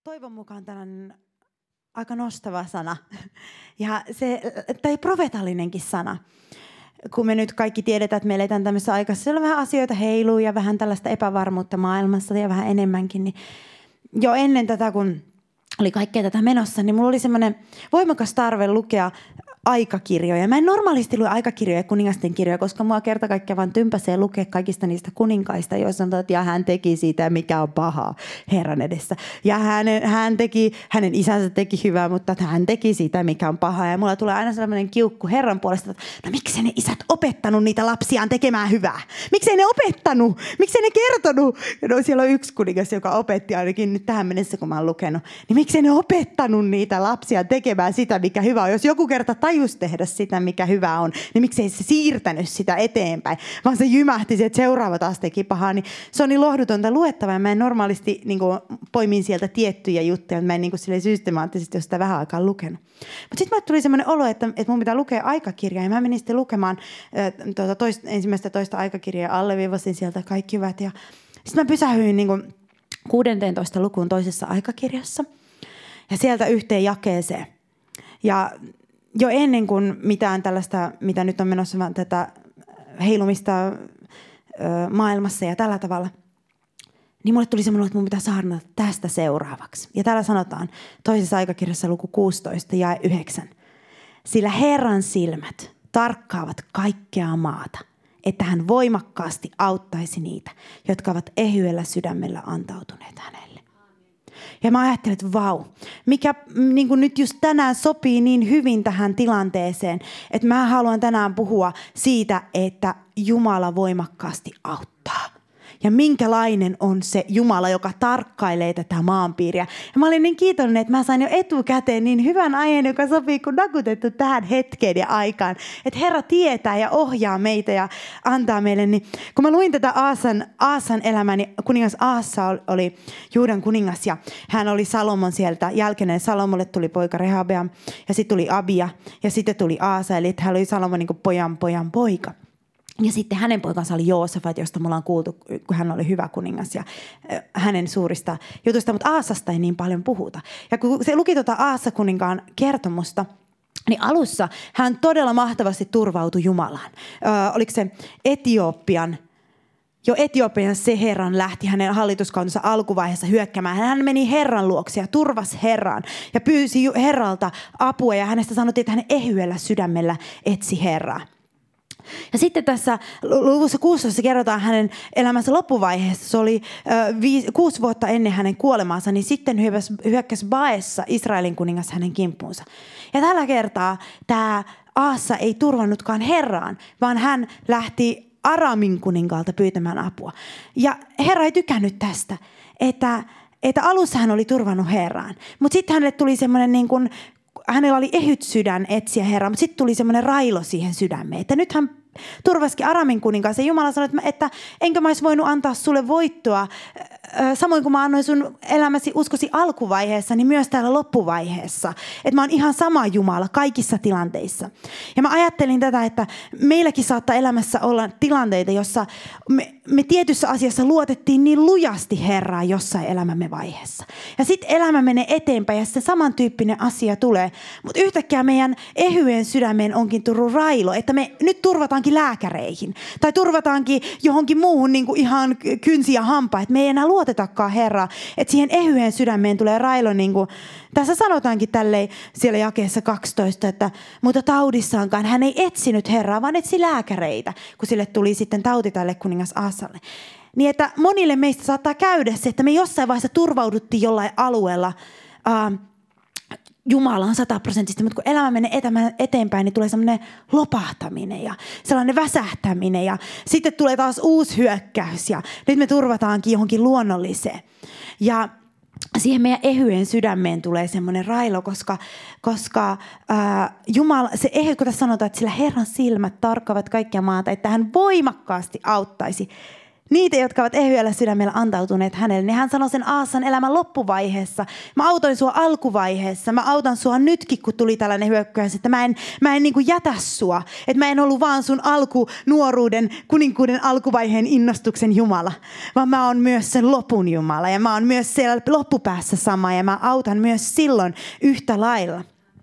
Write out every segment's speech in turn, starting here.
toivon mukaan tällainen aika nostava sana ja tai profeetallinenkin sana. Kun me nyt kaikki tiedetään, että me eletään tämmöisessä aikassa, siellä vähän asioita heiluu ja vähän tällaista epävarmuutta maailmassa ja vähän enemmänkin, niin jo ennen tätä, kun oli kaikkea tätä menossa, niin mulla oli semmoinen voimakas tarve lukea aikakirjoja. Mä en normaalisti lue aikakirjoja ja kuningasten kirjoja, koska mua kerta kaikkiaan vaan tympäsee lukea kaikista niistä kuninkaista, joissa on että ja hän teki sitä, mikä on pahaa Herran edessä. Ja hänen isänsä teki hyvää, mutta hän teki sitä, mikä on pahaa. Ja mulla tulee aina sellainen kiukku Herran puolesta, että no miksi ne isät opettanut niitä lapsiaan tekemään hyvää? Miksei ne opettanut? Miksei ne kertonut? No siellä on yksi kuningas, joka opetti ainakin nyt tähän mennessä, kun mä oon lukenut. Niin miksei ne opettanut niitä lapsia tekemään sitä, mikä hyvä on? Jos joku kerta tajus tehdä sitä, mikä hyvä on, niin miksei se siirtänyt sitä eteenpäin, vaan se jymähti, että seuraava taas teki pahaa. Niin se on niin lohdutonta luettavaa, ja mä en normaalisti niin kuin, poimin sieltä tiettyjä juttuja, mutta mä en niin kuin, systemaattisesti ole sitä vähän aikaa lukenut. Mutta sitten mulle tuli semmoinen olo, että mun pitää lukea aikakirjaa, ja mä menin sitten lukemaan ensimmäistä toista aikakirjaa, alleviivasin sieltä kaikki hyvät, ja sitten mä pysähyin niin kuin 16 lukuun toisessa aikakirjassa, ja sieltä yhteen jakeeseen. Ja jo ennen kuin mitään tällaista, mitä nyt on menossa vaan tätä heilumista maailmassa ja tällä tavalla, niin mulle tuli semmoinen, että mun pitää saarnata tästä seuraavaksi. Ja täällä sanotaan toisessa aikakirjassa luku 16 ja 9. Sillä Herran silmät tarkkaavat kaikkea maata, että hän voimakkaasti auttaisi niitä, jotka ovat ehyellä sydämellä antautuneet hänelle. Ja mä ajattelin, että vau, mikä niin kuin nyt just tänään sopii niin hyvin tähän tilanteeseen, että mä haluan tänään puhua siitä, että Jumala voimakkaasti auttaa. Ja minkälainen on se Jumala, joka tarkkailee tätä maanpiiriä. Ja mä olin niin kiitollinen, että mä sain jo etukäteen niin hyvän aiheen, joka sopii kun nakutettu tähän hetkeen ja aikaan. Että Herra tietää ja ohjaa meitä ja antaa meille. Niin kun mä luin tätä Aasan elämää, niin kuningas Aassa oli Juudan kuningas ja hän oli Salomon sieltä jälkeen. Salomolle tuli poika Rehabeam ja sitten tuli Abia ja sitten tuli Aasa. Eli hän oli Salomon niin pojan poika. Ja sitten hänen poikansa oli Joosafat, josta mulla on kuultu, kun hän oli hyvä kuningas ja hänen suurista jutuista, mutta Aasasta ei niin paljon puhuta. Ja kun se luki tuota Aassa-kuninkaan kertomusta, niin alussa hän todella mahtavasti turvautui Jumalaan. Oliko se Etiopian Seheran lähti hänen hallituskautensa alkuvaiheessa hyökkäämään. Hän meni Herran luokse ja turvasi Herran ja pyysi Herralta apua ja hänestä sanottiin, että hän ehyellä sydämellä etsi Herraa. Ja sitten tässä luvussa 16 kerrotaan hänen elämänsä loppuvaiheessa. Se oli 6 vuotta ennen hänen kuolemaansa, niin sitten hyökkäsi Baessa Israelin kuningas hänen kimppuunsa. Ja tällä kertaa tämä Aassa ei turvannutkaan Herraan, vaan hän lähti Aramin kuninkaalta pyytämään apua. Ja Herra ei tykännyt tästä, että alussa hän oli turvannut Herraan. Mutta sitten hänelle tuli semmoinen niin kuin hänellä oli ehyt sydän etsiä Herraa, mutta sitten tuli semmoinen railo siihen sydämeen, että nyt hän turvasikin Aramin kuninkaassa. Jumala sanoi, että enkä mä olisi voinut antaa sulle voittoa, samoin kuin mä annoin sun elämäsi uskosi alkuvaiheessa, niin myös täällä loppuvaiheessa. Että mä oon ihan sama Jumala kaikissa tilanteissa. Ja mä ajattelin tätä, että meilläkin saattaa elämässä olla tilanteita, jossa me tietyssä asiassa luotettiin niin lujasti Herraa jossain elämämme vaiheessa. Ja sitten elämä menee eteenpäin ja se samantyyppinen asia tulee. Mutta yhtäkkiä meidän ehyen sydämeen onkin tullut railo, että me nyt turvataankin lääkäreihin. Tai turvataankin johonkin muuhun niin kuin ihan kynsi ja hampaa. Että me ei enää luotetakaan Herraa. Että siihen ehyen sydämeen tulee railo. Niin kuin, tässä sanotaankin tälleen siellä jakeessa 12, että mutta taudissaankaan hän ei etsinyt Herraa, vaan etsi lääkäreitä. Kun sille tuli sitten tauti tälle kuningas Aasalle. Niin että monille meistä saattaa käydä se, että me jossain vaiheessa turvauduttiin jollain alueella Jumalaan 100%, mutta kun elämä menee eteenpäin, niin tulee semmoinen lopahtaminen ja sellainen väsähtäminen ja sitten tulee taas uusi hyökkäys ja nyt me turvataankin johonkin luonnolliseen. Ja siihen meidän ehyen sydämeen tulee semmoinen railo, koska Jumala, se ehy, kun tässä sanotaan, että sillä Herran silmät tarkkaavat kaikkia maata, että hän voimakkaasti auttaisi Niitä, jotka ovat ehyellä sydämellä antautuneet hänelle, niin hän sanoi sen Aasan elämän loppuvaiheessa. Mä autoin sua alkuvaiheessa. Mä autan sua nytkin, kun tuli tällainen hyökkäys, että mä en niin kuin jätä sua. Että mä en ollut vaan sun nuoruuden, kuninkuuden alkuvaiheen innostuksen Jumala. Vaan mä oon myös sen lopun Jumala. Ja mä oon myös siellä loppupäässä sama. Ja mä autan myös silloin yhtä lailla.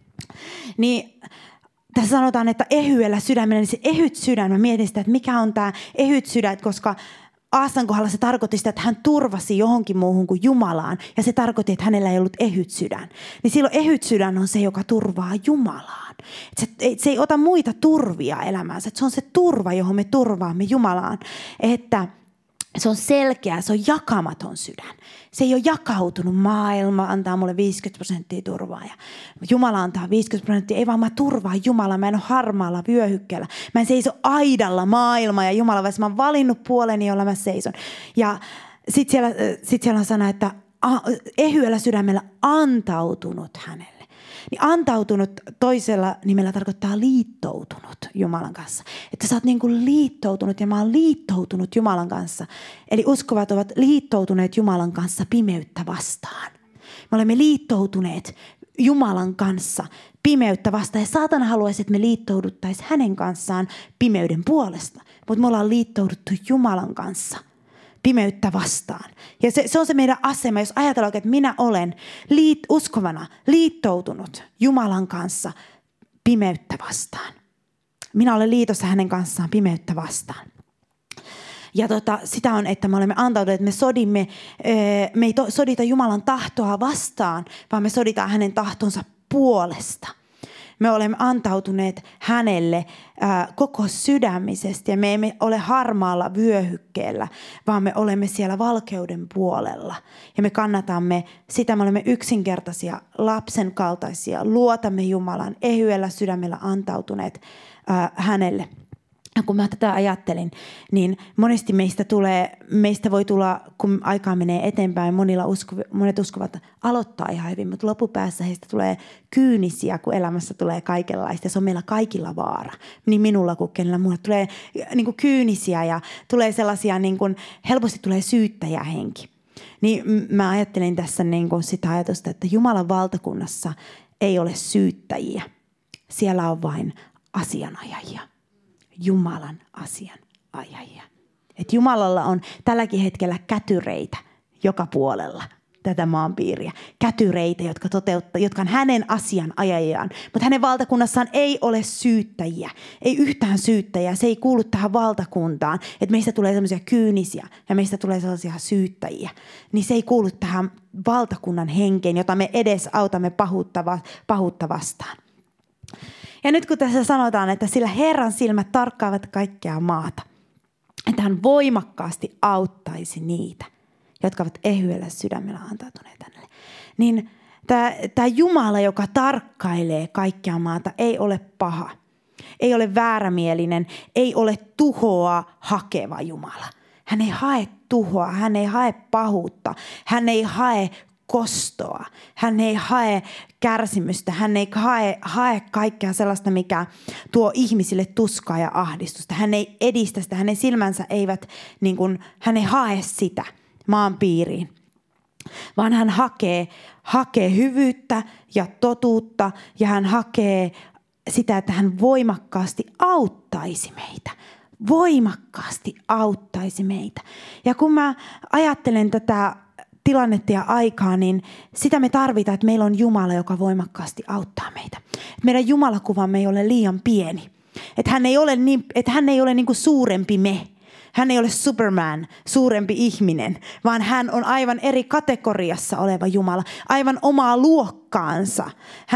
Niin tässä sanotaan, että ehyellä sydämellä, niin se ehyt sydän. Mä mietin sitä, että mikä on tämä ehyt sydän, koska Aasan kohdalla se tarkoitti sitä, että hän turvasi johonkin muuhun kuin Jumalaan. Ja se tarkoitti, että hänellä ei ollut ehyt sydän. Niin silloin ehyt sydän on se, joka turvaa Jumalaan. Se ei ota muita turvia elämäänsä. Se on se turva, johon me turvaamme Jumalaan. Että se on selkeä, se on jakamaton sydän. Se ei ole jakautunut. Maailma antaa mulle 50% turvaa ja Jumala antaa 50%. Ei vaan mä turvaan Jumalaa. Mä en ole harmaalla vyöhykkeellä. Mä en seiso aidalla maailma ja Jumala, vaan mä oon valinnut puoleni, jolla mä seison. Ja sit siellä on sana, että ehyellä sydämellä antautunut hänelle. Niin antautunut toisella nimellä tarkoittaa liittoutunut Jumalan kanssa. Että sä oot niin kuin liittoutunut ja mä oon liittoutunut Jumalan kanssa. Eli uskovat ovat liittoutuneet Jumalan kanssa pimeyttä vastaan. Me olemme liittoutuneet Jumalan kanssa pimeyttä vastaan. Ja saatana haluaisi, että me liittouduttaisiin hänen kanssaan pimeyden puolesta. Mutta me ollaan liittouduttu Jumalan kanssa pimeyttä vastaan. Ja se on se meidän asema, jos ajatellaan, että minä olen uskovana liittoutunut Jumalan kanssa pimeyttä vastaan. Minä olen liitossa hänen kanssaan pimeyttä vastaan. Ja sitä on, että me olemme antautuneet, että me ei sodita Jumalan tahtoa vastaan, vaan me soditaan hänen tahtonsa puolesta. Me olemme antautuneet hänelle koko sydämisesti ja me emme ole harmaalla vyöhykkeellä, vaan me olemme siellä valkeuden puolella. Ja me kannatamme sitä, me olemme yksinkertaisia, lapsen kaltaisia, luotamme Jumalan ehyellä sydämellä antautuneet hänelle. Ja kun mä tätä ajattelin, niin monesti meistä voi tulla, kun aikaa menee eteenpäin, monet uskovat aloittaa ihan hyvin, mutta loppupäässä heistä tulee kyynisiä, kun elämässä tulee kaikenlaista. Se on meillä kaikilla vaara, niin minulla kuin kenellä muulla. Tulee niin kuin kyynisiä ja tulee sellaisia, niin kuin, helposti tulee syyttäjähenki. Niin mä ajattelin tässä niin kuin sitä ajatusta, että Jumalan valtakunnassa ei ole syyttäjiä. Siellä on vain asianajajia. Jomalan asianajajia. Että Jumalalla on tälläkin hetkellä kätyreitä joka puolella tätä maanpiiriä. Kätyreitä, jotka on hänen asianajajiaan. Mutta hänen valtakunnassaan ei ole syyttäjiä. Ei yhtään syyttäjiä. Se ei kuulu tähän valtakuntaan. Että meistä tulee sellaisia kyynisiä ja meistä tulee sellaisia syyttäjiä. Niin se ei kuulu tähän valtakunnan henkeen, jota me edes autamme pahuutta vastaan. Ja nyt kun tässä sanotaan, että sillä Herran silmät tarkkaavat kaikkea maata, että hän voimakkaasti auttaisi niitä, jotka ovat ehyellä sydämellä antautuneet hänelle. Niin tämä Jumala, joka tarkkailee kaikkea maata, ei ole paha, ei ole väärämielinen, ei ole tuhoa hakeva Jumala. Hän ei hae tuhoa, hän ei hae pahuutta, hän ei hae kostoa. Hän ei hae kärsimystä, hän ei hae kaikkea sellaista, mikä tuo ihmisille tuskaa ja ahdistusta. Hän ei edistä sitä, hänen silmänsä eivät, niin kuin, hän ei hae sitä maan piiriin, vaan hän hakee hyvyyttä ja totuutta ja hän hakee sitä, että hän voimakkaasti auttaisi meitä. Voimakkaasti auttaisi meitä. Ja kun mä ajattelen tätä tilannetta ja aikaa, niin sitä me tarvitaan, että meillä on Jumala, joka voimakkaasti auttaa meitä. Meidän Jumalakuvamme ei ole liian pieni. Että hän ei ole niin kuin suurempi me. Hän ei ole Superman, suurempi ihminen, vaan hän on aivan eri kategoriassa oleva Jumala, aivan omaa luokkaansa.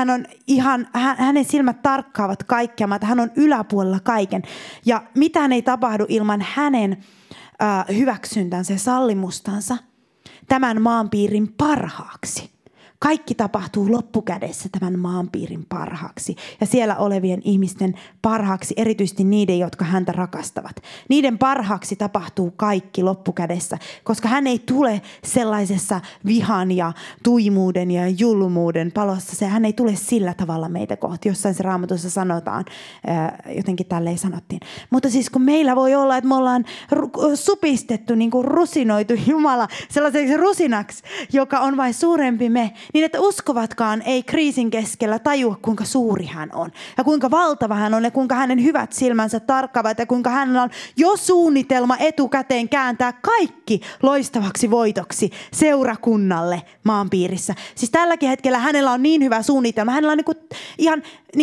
Hänen silmät tarkkaavat kaikkea, mutta hän on yläpuolella kaiken. Ja mitään ei tapahdu ilman hänen hyväksyntänsä ja sallimustansa tämän maanpiirin parhaaksi. Kaikki tapahtuu loppukädessä tämän maanpiirin parhaaksi ja siellä olevien ihmisten parhaaksi, erityisesti niiden, jotka häntä rakastavat. Niiden parhaaksi tapahtuu kaikki loppukädessä, koska hän ei tule sellaisessa vihan ja tuimuuden ja julmuuden palossa. Hän ei tule sillä tavalla meitä kohti. Jossain se Raamatussa sanotaan, jotenkin tälleen sanottiin. Mutta siis kun meillä voi olla, että me ollaan supistettu, niin kuin rusinoitu Jumala sellaiseksi rusinaksi, joka on vain suurempi me, niin että uskovatkaan ei kriisin keskellä tajua, kuinka suuri hän on ja kuinka valtava hän on ja kuinka hänen hyvät silmänsä tarkkaavat ja kuinka hänellä on jo suunnitelma etukäteen kääntää kaikki loistavaksi voitoksi seurakunnalle maanpiirissä. Siis tälläkin hetkellä hänellä on niin hyvä suunnitelma. Hänellä on ihan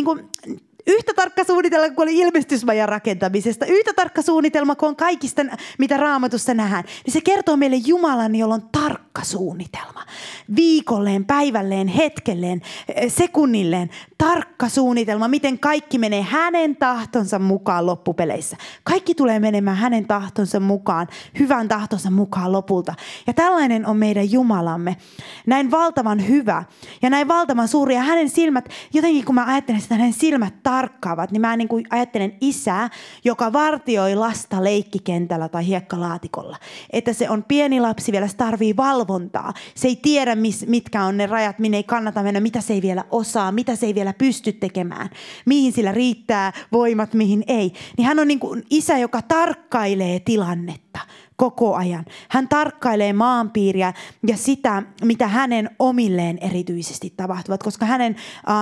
yhtä tarkka suunnitelma kuin oli ilmestysmajan rakentamisesta, yhtä tarkka suunnitelma kuin on kaikista, mitä Raamatussa nähdään. Niin se kertoo meille Jumalan, jolla on tarkka suunnitelma. Viikolleen, päivälleen, hetkelleen, sekunnilleen. Tarkka suunnitelma, miten kaikki menee hänen tahtonsa mukaan loppupeleissä. Kaikki tulee menemään hänen tahtonsa mukaan, hyvän tahtonsa mukaan lopulta. Ja tällainen on meidän Jumalamme. Näin valtavan hyvä ja näin valtavan suuri. Ja hänen silmät, jotenkin kun mä ajattelen sitä, hänen silmät tarkkaavat, niin mä niin kuin ajattelen isää, joka vartioi lasta leikkikentällä tai hiekkalaatikolla. Että se on pieni lapsi vielä, se tarvii valvontaa. Se ei tiedä, mitkä on ne rajat, minne ei kannata mennä, mitä se ei vielä osaa, mitä se ei vielä pysty tekemään, mihin sillä riittää voimat, mihin ei. Niin hän on niin kuin isä, joka tarkkailee tilannetta koko ajan. Hän tarkkailee maanpiiriä ja sitä, mitä hänen omilleen erityisesti tapahtuvat, koska hänen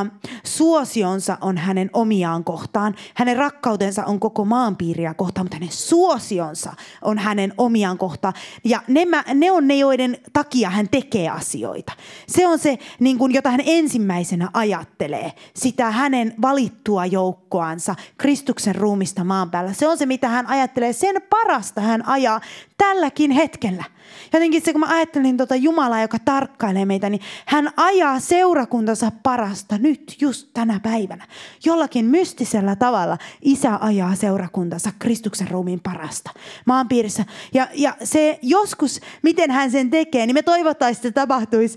suosionsa on hänen omiaan kohtaan. Hänen rakkautensa on koko maanpiiriä kohtaan, mutta hänen suosionsa on hänen omiaan kohtaan. Ja ne on ne, joiden takia hän tekee asioita. Se on se, niin kuin, jota hän ensimmäisenä ajattelee, sitä hänen valittua joukkoansa, Kristuksen ruumista maan päällä. Se on se, mitä hän ajattelee, sen parasta hän ajaa tälläkin hetkellä. Jotenkin se, kun mä ajattelin Jumalaa, joka tarkkailee meitä, niin hän ajaa seurakuntansa parasta nyt, just tänä päivänä. Jollakin mystisellä tavalla isä ajaa seurakuntansa Kristuksen ruumiin parasta maanpiirissä. Ja se joskus, miten hän sen tekee, niin me toivottaisiin, että se tapahtuisi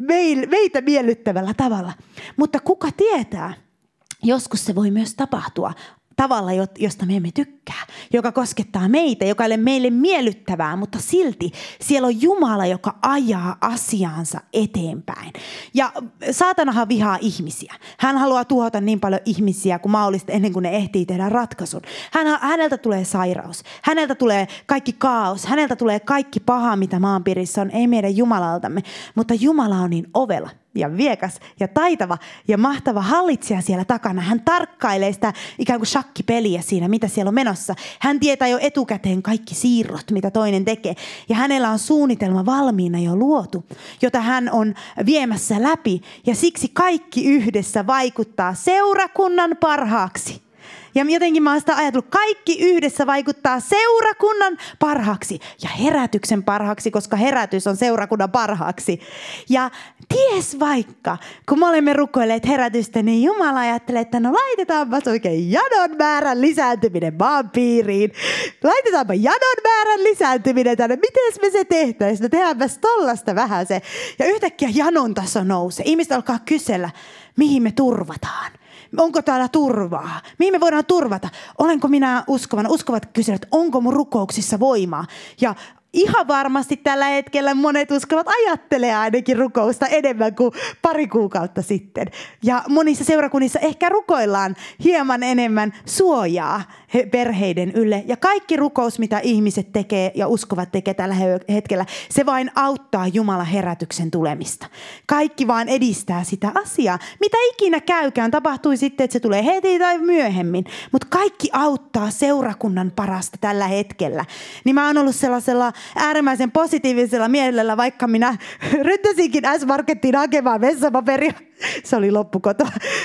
meitä miellyttävällä tavalla. Mutta kuka tietää, joskus se voi myös tapahtua tavalla, josta me emme tykkää, joka koskettaa meitä, joka ei ole meille miellyttävää, mutta silti siellä on Jumala, joka ajaa asiaansa eteenpäin. Ja saatanahan vihaa ihmisiä. Hän haluaa tuhota niin paljon ihmisiä kuin mahdollista ennen kuin ne ehtii tehdä ratkaisun. Häneltä tulee sairaus, häneltä tulee kaikki kaos, häneltä tulee kaikki paha, mitä maanpiirissä on, ei meidän Jumalaltamme, mutta Jumala on niin ovela ja viekas ja taitava ja mahtava hallitsija siellä takana. Hän tarkkailee sitä ikään kuin shakkipeliä siinä, mitä siellä on menossa. Hän tietää jo etukäteen kaikki siirrot, mitä toinen tekee. Ja hänellä on suunnitelma valmiina jo luotu, jota hän on viemässä läpi. Ja siksi kaikki yhdessä vaikuttaa seurakunnan parhaaksi. Ja jotenkin mä oon sitä ajatellut, kaikki yhdessä vaikuttaa seurakunnan parhaaksi ja herätyksen parhaaksi, koska herätys on seurakunnan parhaaksi. Ja ties vaikka, kun me olemme rukoilleet herätystä, niin Jumala ajattelee, että no laitetaanpas oikein janon määrän lisääntyminen maanpiiriin. Laitetaanpa janon määrän lisääntyminen tänne. Miten me se tehtäisiin? No tehdäänpäs tollasta vähän se. Ja yhtäkkiä janon taso nousee. Ihmiset alkaa kysellä, mihin me turvataan. Onko täällä turvaa? Mihin me voidaan turvata? Olenko minä uskovana? Uskovat kysyvät, onko mun rukouksissa voimaa? Ja ihan varmasti tällä hetkellä monet uskovat ajattelee ainakin rukousta enemmän kuin pari kuukautta sitten. Ja monissa seurakunnissa ehkä rukoillaan hieman enemmän suojaa perheiden ylle. Ja kaikki rukous, mitä ihmiset tekee ja uskovat tekee tällä hetkellä, se vain auttaa Jumalan herätyksen tulemista. Kaikki vaan edistää sitä asiaa. Mitä ikinä käykään, tapahtui sitten, että se tulee heti tai myöhemmin. Mutta kaikki auttaa seurakunnan parasta tällä hetkellä. Niin mä oon ollut sellaisella äärimmäisen positiivisella mielellä, vaikka minä ryntäsinkin S-Markettiin hakemaan vessapaperia. Se oli loppukoto.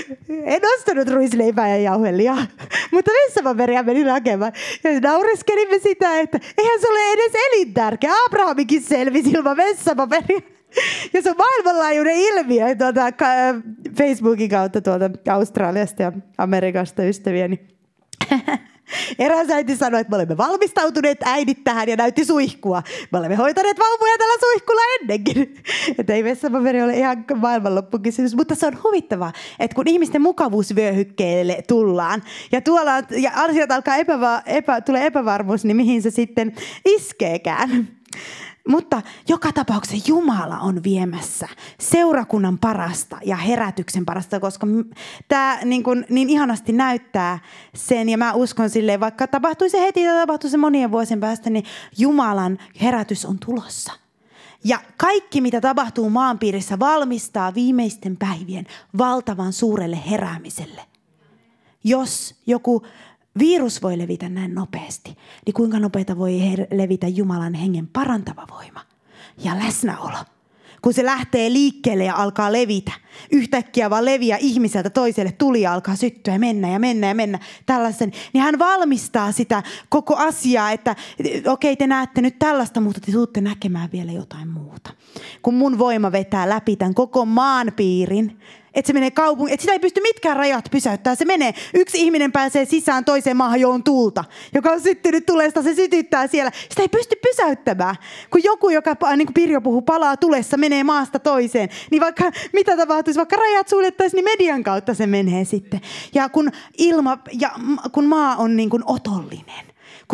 En ostanut ruisleipää ja jauhelia, mutta vessapaperia menin hakemaan. Ja naureskelimme sitä, että eihän se ole edes elintärkeä. Abrahamikin selvisi ilman vessapaperia. Ja se on maailmanlaajuinen ilmiö Facebookin kautta tuolta Australiasta ja Amerikasta ystäviäni. Eräs äiti sanoi, että me olemme valmistautuneet äidit tähän ja näytti suihkua. Me olemme hoitaneet vauvoja tällä suihkulla ennenkin. Että ei vessapaperi ole ihan maailmanloppukysymys, mutta se on huvittavaa, että kun ihmisten mukavuusvyöhykkeelle tullaan ja asiat alkaa tulee epävarmuus, niin mihin se sitten iskeekään. Mutta joka tapauksessa Jumala on viemässä seurakunnan parasta ja herätyksen parasta, koska tämä niin ihanasti näyttää sen. Ja mä uskon silleen, vaikka tapahtui se heti tai tapahtui se monien vuosien päästä, niin Jumalan herätys on tulossa. Ja kaikki, mitä tapahtuu maanpiirissä, valmistaa viimeisten päivien valtavan suurelle heräämiselle. Jos joku virus voi levitä näin nopeasti, niin kuinka nopeita voi levitä Jumalan hengen parantava voima ja läsnäolo. Kun se lähtee liikkeelle ja alkaa levitä, yhtäkkiä vaan leviää ihmiseltä toiselle, tuli ja alkaa syttyä ja mennä tällaisen, niin hän valmistaa sitä koko asiaa, että okei, te näette nyt tällaista, mutta te tuutte näkemään vielä jotain muuta. Kun mun voima vetää läpi tämän koko maanpiirin, että se menee kaupunkiin, että sitä ei pysty mitkään rajat pysäyttämään. Se menee, yksi ihminen pääsee sisään toiseen maahan, johon tulta, joka on syttynyt tulesta, se sytyttää siellä. Sitä ei pysty pysäyttämään. Kun joku, joka niin kuin Pirjo puhuu, palaa tulessa, menee maasta toiseen, niin vaikka mitä tapahtuisi, vaikka rajat suljettaisiin, niin median kautta se menee sitten. Ja kun maa on niin kuin otollinen,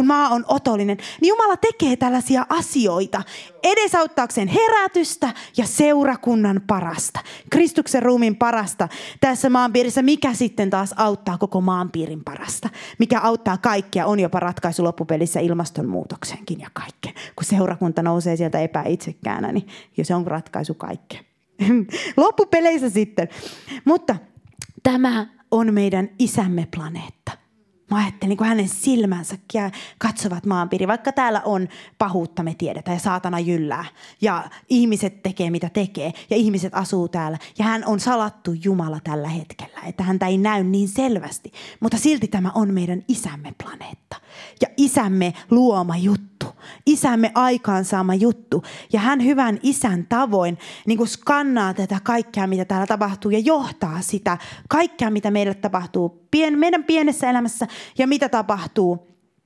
niin Jumala tekee tällaisia asioita edesauttaakseen herätystä ja seurakunnan parasta. Kristuksen ruumiin parasta tässä maanpiirissä, mikä sitten taas auttaa koko maanpiirin parasta. Mikä auttaa kaikkia, on jopa ratkaisu loppupelissä ilmastonmuutokseenkin ja kaikkeen. Kun seurakunta nousee sieltä epäitsekkäänä, niin se on ratkaisu kaikkeen. Loppupeleissä sitten. Mutta tämä on meidän isämme planeetta. Mä ajattelin, kun hänen silmänsä katsovat maanpiiriin, vaikka täällä on pahuutta, me tiedetään, ja saatana jyllää. Ja ihmiset tekee, mitä tekee, ja ihmiset asuu täällä. Ja hän on salattu Jumala tällä hetkellä, että häntä ei näy niin selvästi. Mutta silti tämä on meidän isämme planeetta. Ja isämme luoma juttu. Isämme aikaansaama juttu. Ja hän hyvän isän tavoin niin kuin skannaa tätä kaikkea, mitä täällä tapahtuu, ja johtaa sitä kaikkea, mitä meille tapahtuu meidän pienessä elämässä, ja mitä tapahtuu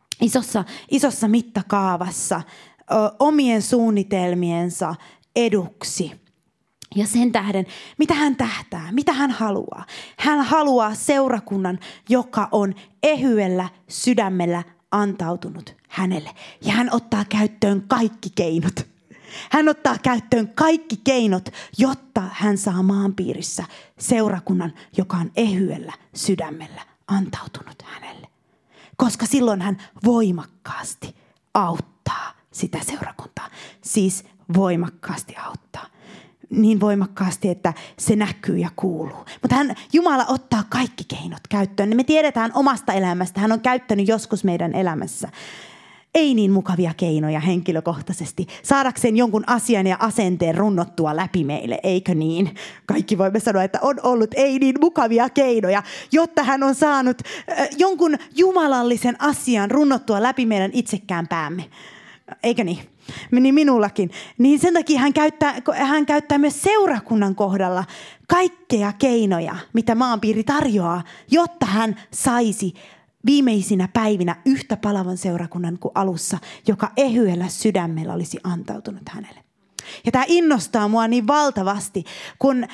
isossa mittakaavassa omien suunnitelmiensa eduksi. Ja sen tähden, mitä hän tähtää, mitä hän haluaa? Hän haluaa seurakunnan, joka on ehyellä sydämellä antautunut hänelle. Ja hän ottaa käyttöön kaikki keinot. Hän ottaa käyttöön kaikki keinot, jotta hän saa maanpiirissä seurakunnan, joka on ehyellä sydämellä antautunut hänelle. Koska silloin hän voimakkaasti auttaa sitä seurakuntaa. Siis voimakkaasti auttaa. Niin voimakkaasti, että se näkyy ja kuuluu. Mutta Jumala ottaa kaikki keinot käyttöön. Me tiedetään omasta elämästä. Hän on käyttänyt joskus meidän elämässä ei niin mukavia keinoja henkilökohtaisesti, saadakseen jonkun asian ja asenteen runnottua läpi meille, eikö niin? Kaikki voimme sanoa, että on ollut ei niin mukavia keinoja, jotta hän on saanut jonkun jumalallisen asian runnottua läpi meidän itsekään päämme. Eikö niin? Niin minullakin. Niin sen takia hän käyttää myös seurakunnan kohdalla kaikkea keinoja, mitä maanpiiri tarjoaa, jotta hän saisi viimeisinä päivinä yhtä palavan seurakunnan kuin alussa, joka ehyellä sydämellä olisi antautunut hänelle. Ja tämä innostaa mua niin valtavasti, kun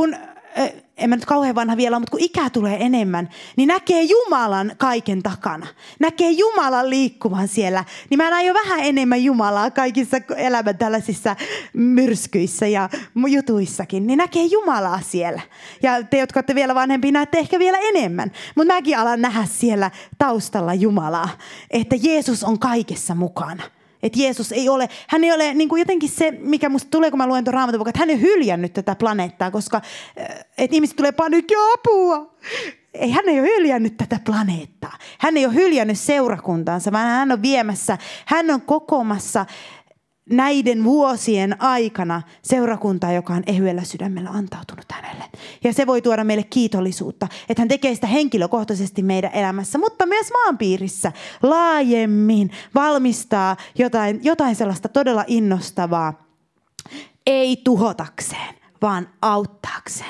en mä nyt kauhean vanha vielä, mutta kun ikää tulee enemmän, niin näkee Jumalan kaiken takana. Näkee Jumalan liikkuvan siellä. Niin mä näen jo vähän enemmän Jumalaa kaikissa elämän tällaisissa myrskyissä ja jutuissakin. Niin näkee Jumalaa siellä. Ja te, jotka olette vielä vanhempia, näette ehkä vielä enemmän. Mutta mäkin alan nähdä siellä taustalla Jumalaa. Että Jeesus on kaikessa mukana. Että Jeesus hän ei ole niin kuin jotenkin se, mikä musta tulee, kun mä luen tuon Raamatun, että hän ei hyljännyt tätä planeettaa, koska että ihmiset tulee paniikki apua. Hän ei ole hyljännyt tätä planeettaa. Hän ei ole hyljännyt seurakuntaansa, vaan hän on viemässä, hän on kokoamassa näiden vuosien aikana seurakuntaa, joka on ehyellä sydämellä antautunut hänelle. Ja se voi tuoda meille kiitollisuutta, että hän tekee sitä henkilökohtaisesti meidän elämässä, mutta myös maanpiirissä laajemmin valmistaa jotain sellaista todella innostavaa, ei tuhotakseen, vaan auttaakseen.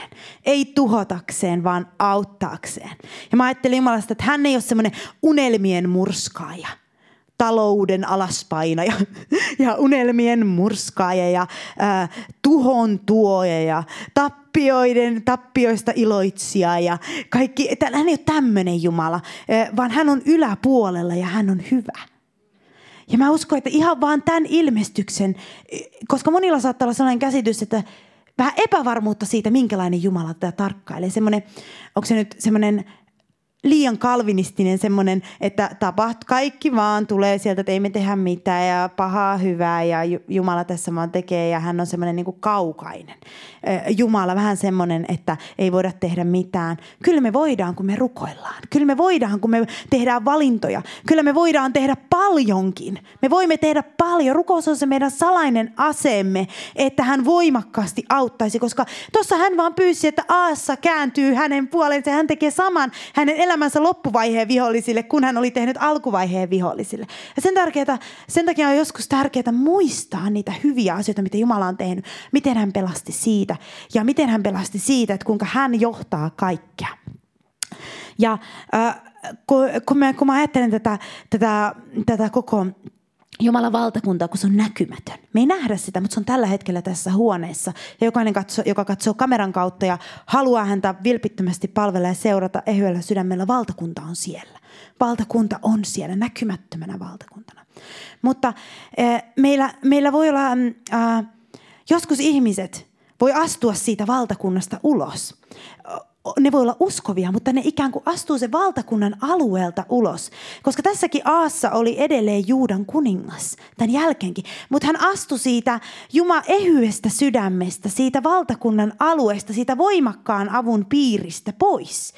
Ei tuhotakseen, vaan auttaakseen. Ja mä ajattelin Jumalasta, että hän ei ole semmoinen unelmien murskaaja, talouden alaspainaja ja unelmien murskaaja ja tuhon tuoja ja tappioista iloitsija ja kaikki. Hän ei ole tämmöinen Jumala, vaan hän on yläpuolella ja hän on hyvä. Ja mä uskon, että ihan vaan tämän ilmestyksen, koska monilla saattaa olla sellainen käsitys, että vähän epävarmuutta siitä, minkälainen Jumala tätä tarkkailee. Onko se nyt semmoinen liian kalvinistinen semmoinen, että kaikki vaan tulee sieltä, että ei me tehdä mitään ja pahaa hyvää ja Jumala tässä vaan tekee ja hän on semmoinen niin kuin kaukainen. Jumala vähän semmoinen, että ei voida tehdä mitään. Kyllä me voidaan, kun me rukoillaan. Kyllä me voidaan, kun me tehdään valintoja. Kyllä me voidaan tehdä paljonkin. Me voimme tehdä paljon. Rukous on se meidän salainen aseemme, että hän voimakkaasti auttaisi, koska tuossa hän vaan pyysi, että Aassa kääntyy hänen puoleensa ja hän tekee saman hänen elämänsä loppuvaiheen vihollisille, kun hän oli tehnyt alkuvaiheen vihollisille. Ja sen takia on joskus tärkeää muistaa niitä hyviä asioita, mitä Jumala on tehnyt. Miten hän pelasti siitä ja miten hän pelasti siitä, että kuinka hän johtaa kaikkea. Ja kun mä ajattelen tätä koko Jumalan valtakuntaa, kun se on näkymätön. Me ei nähdä sitä, mutta se on tällä hetkellä tässä huoneessa. Ja jokainen, joka katsoo kameran kautta ja haluaa häntä vilpittömästi palvella ja seurata ehyellä sydämellä, valtakunta on siellä. Valtakunta on siellä näkymättömänä valtakuntana. Mutta meillä voi olla, joskus ihmiset voi astua siitä valtakunnasta ulos. Ne voi olla uskovia, mutta ne ikään kuin astuu sen valtakunnan alueelta ulos. Koska tässäkin Aassa oli edelleen Juudan kuningas tämän jälkeenkin. Mutta hän astui siitä ehyestä sydämestä, siitä valtakunnan alueesta, siitä voimakkaan avun piiristä pois.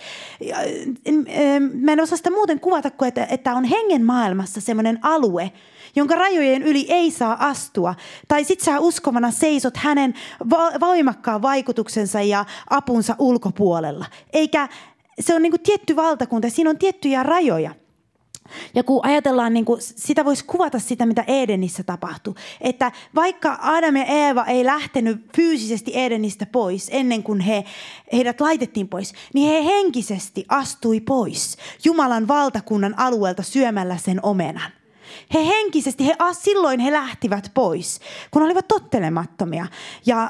Mä en osaa sitä muuten kuvata kuin, että on hengen maailmassa semmoinen alue, jonka rajojen yli ei saa astua. Tai sit sä uskovana seisot hänen voimakkaan vaikutuksensa ja apunsa ulkopuolella. Eikä se on niinku tietty valtakunta, siinä on tiettyjä rajoja. Ja kun ajatellaan, sitä voisi kuvata sitä, mitä Edenissä tapahtui. Että vaikka Adam ja Eeva ei lähtenyt fyysisesti Edenistä pois ennen kuin heidät laitettiin pois, niin he henkisesti astui pois Jumalan valtakunnan alueelta syömällä sen omenan. He henkisesti, silloin he lähtivät pois, kun olivat tottelemattomia. Ja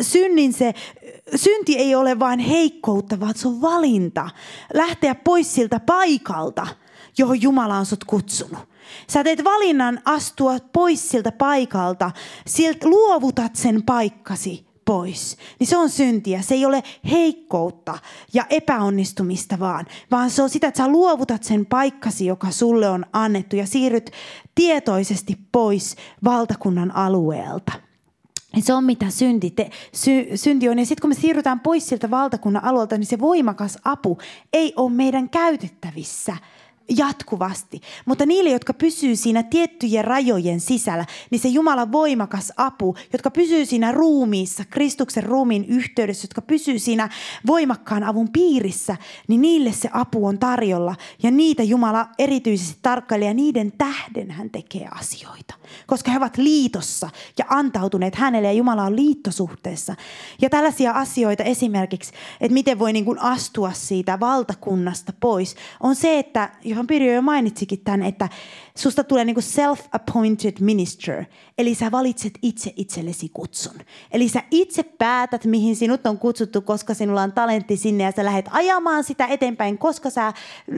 synti ei ole vain heikkoutta, vaan se on valinta. Lähteä pois siltä paikalta, johon Jumala on sut kutsunut. Sä teet valinnan astua pois siltä paikalta, luovutat sen paikkasi pois. Niin se on syntiä. Se ei ole heikkoutta ja epäonnistumista vaan se on sitä, että sä luovutat sen paikkasi, joka sulle on annettu ja siirryt tietoisesti pois valtakunnan alueelta. Ja se on mitä synti on. Ja sitten kun me siirrytään pois siltä valtakunnan alueelta, niin se voimakas apu ei ole meidän käytettävissä jatkuvasti. Mutta niille, jotka pysyy siinä tiettyjen rajojen sisällä, niin se Jumalan voimakas apu, jotka pysyy siinä ruumiissa, Kristuksen ruumiin yhteydessä, jotka pysyy siinä voimakkaan avun piirissä, niin niille se apu on tarjolla. Ja niitä Jumala erityisesti tarkkailee ja niiden tähden hän tekee asioita. Koska he ovat liitossa ja antautuneet hänelle ja Jumala on liittosuhteessa. Ja tällaisia asioita esimerkiksi, että miten voi niin kuin astua siitä valtakunnasta pois, on se, että johon Pirjo jo mainitsikin tämän, että susta tulee niin kuin self-appointed minister. Eli sä valitset itse itsellesi kutsun. Eli sä itse päätät, mihin sinut on kutsuttu, koska sinulla on talentti sinne ja sä lähdet ajamaan sitä eteenpäin, koska sä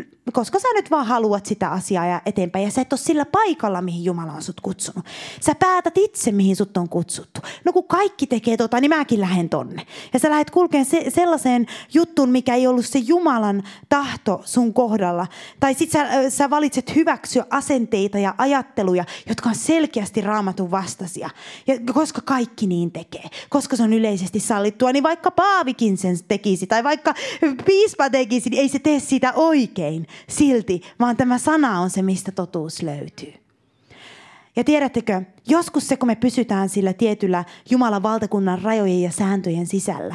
nyt vaan haluat sitä asiaa ja eteenpäin. Ja sä et ole sillä paikalla, mihin Jumala on sut kutsunut. Sä päätät itse, mihin sut on kutsuttu. No kun kaikki tekee niin mäkin lähden tonne. Ja sä lähdet kulkeen sellaiseen juttuun, mikä ei ollut se Jumalan tahto sun kohdalla. Tai sit sä valitset hyväksyä asenteita ja ajatteluja, jotka on selkeästi Raamatun vastaisia. Ja koska kaikki niin tekee, koska se on yleisesti sallittua, niin vaikka Paavikin sen tekisi tai vaikka piispa tekisi, niin ei se tee sitä oikein silti, vaan tämä sana on se, mistä totuus löytyy. Ja tiedättekö, joskus se, kun me pysytään sillä tietyllä Jumalan valtakunnan rajojen ja sääntöjen sisällä,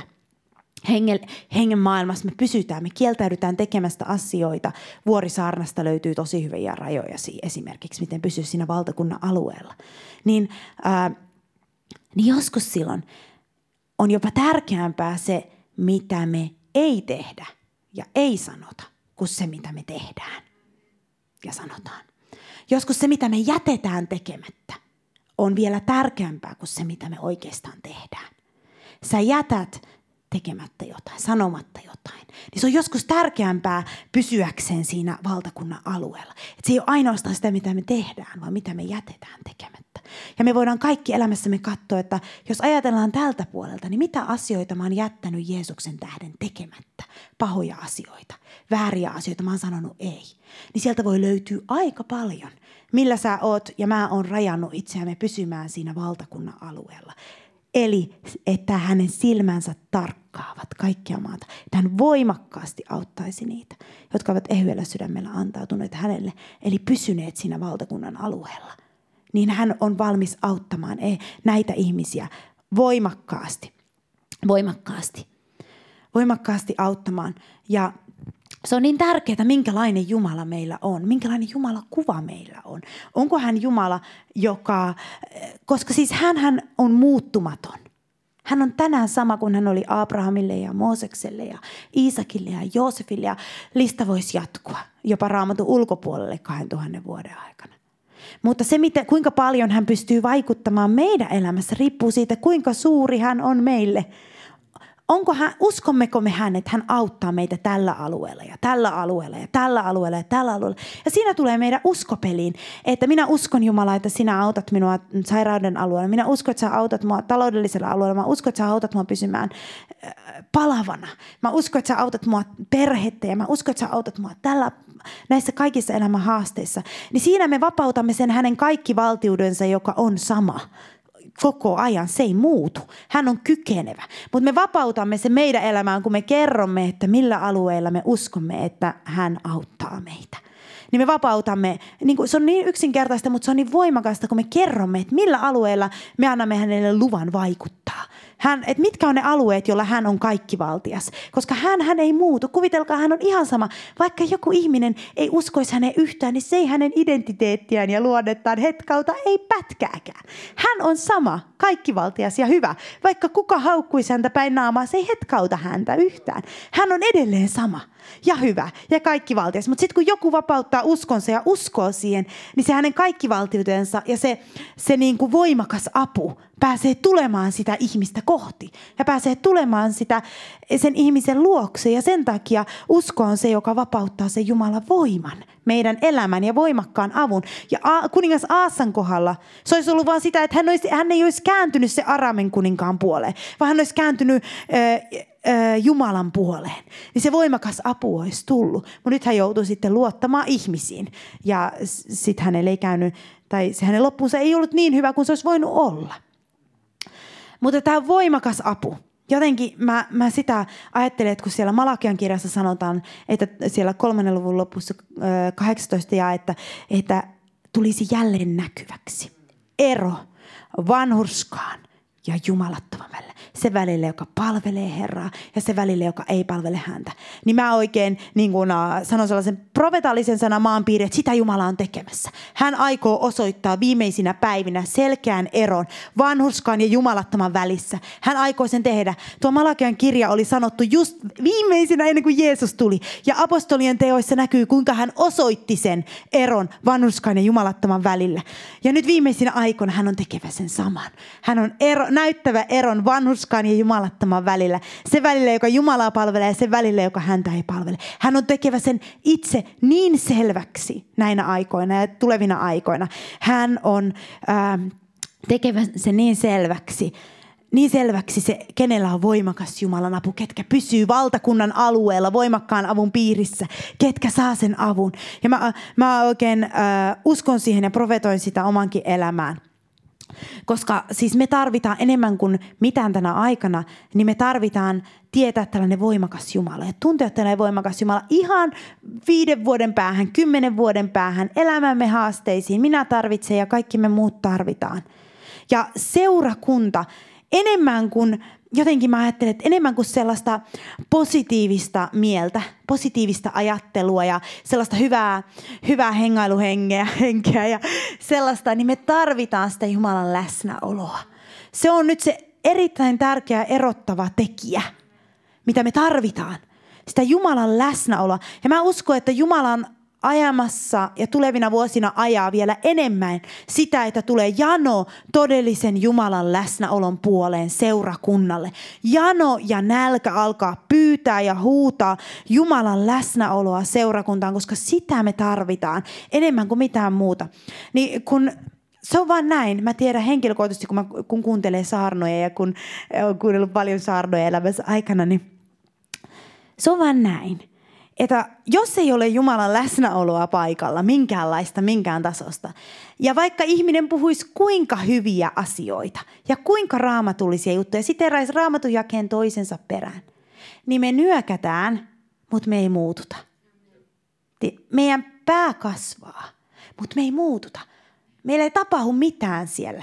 hengen maailmassa me pysytään, me kieltäydytään tekemästä asioita. Vuorisaarnasta löytyy tosi hyviä rajoja esimerkiksi, miten pysyä siinä valtakunnan alueella. Niin joskus silloin on jopa tärkeämpää se, mitä me ei tehdä ja ei sanota, kuin se, mitä me tehdään ja sanotaan. Joskus se, mitä me jätetään tekemättä, on vielä tärkeämpää kuin se, mitä me oikeastaan tehdään. Sä jätät tekemättä jotain, sanomatta jotain. Niin se on joskus tärkeämpää pysyäkseen siinä valtakunnan alueella. Että se ei ole ainoastaan sitä, mitä me tehdään, vaan mitä me jätetään tekemättä. Ja me voidaan kaikki elämässämme katsoa, että jos ajatellaan tältä puolelta, niin mitä asioita mä oon jättänyt Jeesuksen tähden tekemättä. Pahoja asioita, vääriä asioita, mä oon sanonut ei. Niin sieltä voi löytyä aika paljon, millä sä oot ja mä oon rajannut itseämme pysymään siinä valtakunnan alueella. Eli että hänen silmänsä tarkkaavat kaikkia maata. Että hän voimakkaasti auttaisi niitä, jotka ovat ehyellä sydämellä antautuneet hänelle. Eli pysyneet siinä valtakunnan alueella. Niin hän on valmis auttamaan näitä ihmisiä voimakkaasti. Voimakkaasti auttamaan. Ja se on niin tärkeää, minkälainen Jumala meillä on, minkälainen Jumalan kuva meillä on. Onko hän Jumala, koska siis hänhän on muuttumaton. Hän on tänään sama kuin hän oli Abrahamille ja Moosekselle ja Iisakille ja Joosefille ja lista voisi jatkua jopa Raamatun ulkopuolelle 2000 vuoden aikana. Mutta se, kuinka paljon hän pystyy vaikuttamaan meidän elämässä, riippuu siitä, kuinka suuri hän on meille. Uskommeko me hän, että hän auttaa meitä tällä alueella ja tällä alueella ja tällä alueella ja tällä alueella. Ja siinä tulee meidän uskopeliin, että minä uskon Jumala, että sinä autat minua sairauden alueella. Minä uskon, että sä autat minua taloudellisella alueella. Mä uskon, että sä autat minua pysymään palavana. Mä uskon, että sä autat minua perhettä ja mä uskon, että sä autat minua näissä kaikissa elämän haasteissa. Niin siinä me vapautamme sen hänen kaikkivaltiudensa, joka on sama. Koko ajan, se ei muutu. Hän on kykenevä. Mutta me vapautamme se meidän elämään, kun me kerromme, että millä alueilla me uskomme, että hän auttaa meitä. Niin me vapautamme, se on niin yksinkertaista, mutta se on niin voimakasta, kun me kerromme, että millä alueilla me annamme hänelle luvan vaikuttaa. Että mitkä on ne alueet, joilla hän on kaikkivaltias. Koska hän ei muutu. Kuvitelkaa, hän on ihan sama. Vaikka joku ihminen ei uskoisi häneen yhtään, niin se ei hänen identiteettiään ja luonnettaan hetkauta ei pätkääkään. Hän on sama, kaikkivaltias ja hyvä. Vaikka kuka haukkuisi häntä päin naamaa, se ei hetkauta häntä yhtään. Hän on edelleen sama ja hyvä ja kaikkivaltias. Mutta sitten kun joku vapauttaa uskonsa ja uskoo siihen, niin se hänen kaikkivaltiutensa ja se niin kuin voimakas apu pääsee tulemaan sitä ihmistä kohti ja pääsee tulemaan sen ihmisen luokse. Ja sen takia usko on se, joka vapauttaa sen Jumalan voiman, meidän elämän ja voimakkaan avun. Ja kuningas Aasan kohdalla se olisi ollut vaan sitä, että hän ei olisi kääntynyt se Aramen kuninkaan puoleen, vaan hän olisi kääntynyt Jumalan puoleen. Niin se voimakas apu olisi tullut. Mutta nyt hän joutui sitten luottamaan ihmisiin. Ja sitten hänelle ei käynyt, tai se hänen loppuunsa ei ollut niin hyvä kuin se olisi voinut olla. Mutta tämä voimakas apu. Jotenkin mä sitä ajattelen, että kun siellä Malakian kirjassa sanotaan, että siellä 3. luvun lopussa 18 että tulisi jälleen näkyväksi ero vanhurskaan ja jumalattoman välillä. Se välille, joka palvelee Herraa ja se välille, joka ei palvele häntä. Niin mä oikein sanon sellaisen profetaalisen sanan maanpiiri, että sitä Jumala on tekemässä. Hän aikoo osoittaa viimeisinä päivinä selkeän eron vanhurskaan ja jumalattoman välissä. Hän aikoo sen tehdä. Tuo Malakian kirja oli sanottu just viimeisinä ennen kuin Jeesus tuli. Ja apostolien teoissa näkyy, kuinka hän osoitti sen eron vanhurskaan ja jumalattoman välillä. Ja nyt viimeisinä aikoina hän on tekevä sen saman. Hän on näyttävä eron vanhurskaan ja jumalattoman välillä. Se välillä, joka Jumalaa palvelee ja se välillä, joka häntä ei palvele. Hän on tekevä sen itse niin selväksi näinä aikoina ja tulevina aikoina. Hän on tekevä sen niin selväksi se, kenellä on voimakas Jumalan apu, ketkä pysyy valtakunnan alueella voimakkaan avun piirissä, ketkä saa sen avun. Ja mä oikein uskon siihen ja profetoin sitä omankin elämään. Koska siis me tarvitaan enemmän kuin mitään tänä aikana, niin me tarvitaan tietää tällainen voimakas Jumala. Ja tuntea tällainen voimakas Jumala ihan 5 vuoden päähän, 10 vuoden päähän, elämämme haasteisiin. Minä tarvitsen ja kaikki me muut tarvitaan. Ja seurakunta enemmän kuin, jotenkin mä ajattelen, että enemmän kuin sellaista positiivista mieltä, positiivista ajattelua ja sellaista hyvää hengailuhenkeä ja sellaista, niin me tarvitaan sitä Jumalan läsnäoloa. Se on nyt se erittäin tärkeä erottava tekijä. mitä me tarvitaan. Sitä Jumalan läsnäoloa. Ja mä uskon, että Jumala on ajamassa ja tulevina vuosina ajaa vielä enemmän sitä, että tulee jano todellisen Jumalan läsnäolon puoleen seurakunnalle. Jano ja nälkä alkaa pyytää ja huutaa Jumalan läsnäoloa seurakuntaan, koska sitä me tarvitaan enemmän kuin mitään muuta. Niin kun se on vaan näin. Mä tiedän henkilökohtaisesti, kun kuuntelee saarnoja ja kun olen kuunnellut paljon saarnoja elämässä aikana, niin se on vaan näin. Että jos ei ole Jumalan läsnäoloa paikalla, minkäänlaista, minkään tasosta, ja vaikka ihminen puhuisi kuinka hyviä asioita ja kuinka raamatullisia juttuja, siteeraisi raamatun jakeen toisensa perään, niin me nyökätään, mutta me ei muututa. Meidän pää kasvaa, mutta me ei muututa. Meillä ei tapahdu mitään siellä.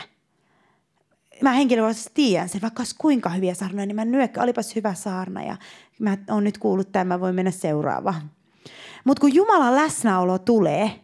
Mä henkilökohtaisesti tiedän sen, vaikka olisi kuinka hyviä saarnoja, niin mä nyökkään, olipas hyvä saarna ja mä oon nyt kuullut tämän, mä voin mennä seuraavaan. Mutta kun Jumalan läsnäolo tulee,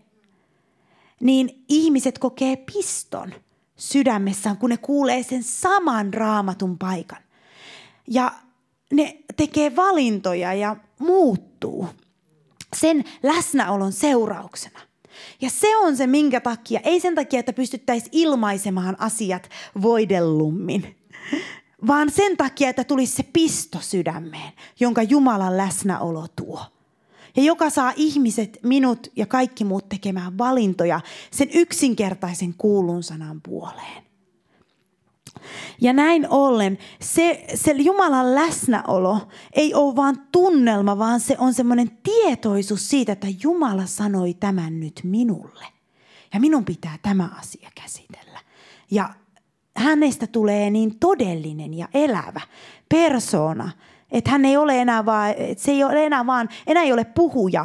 niin ihmiset kokee piston sydämessään, kun ne kuulee sen saman raamatun paikan. Ja ne tekee valintoja ja muuttuu sen läsnäolon seurauksena. Ja se on se, minkä takia, ei sen takia, että pystyttäisiin ilmaisemaan asiat voidellummin, vaan sen takia, että tulisi se pisto sydämeen, jonka Jumalan läsnäolo tuo. Ja joka saa ihmiset, minut ja kaikki muut tekemään valintoja sen yksinkertaisen kuullun sanan puoleen. Ja näin ollen se Jumalan läsnäolo ei ole vaan tunnelma, vaan se on semmoinen tietoisuus siitä, että Jumala sanoi tämän nyt minulle. Ja minun pitää tämä asia käsitellä. Ja hänestä tulee niin todellinen ja elävä persoona, että hän ei ole enää vaan, se ei ole enää ei ole puhuja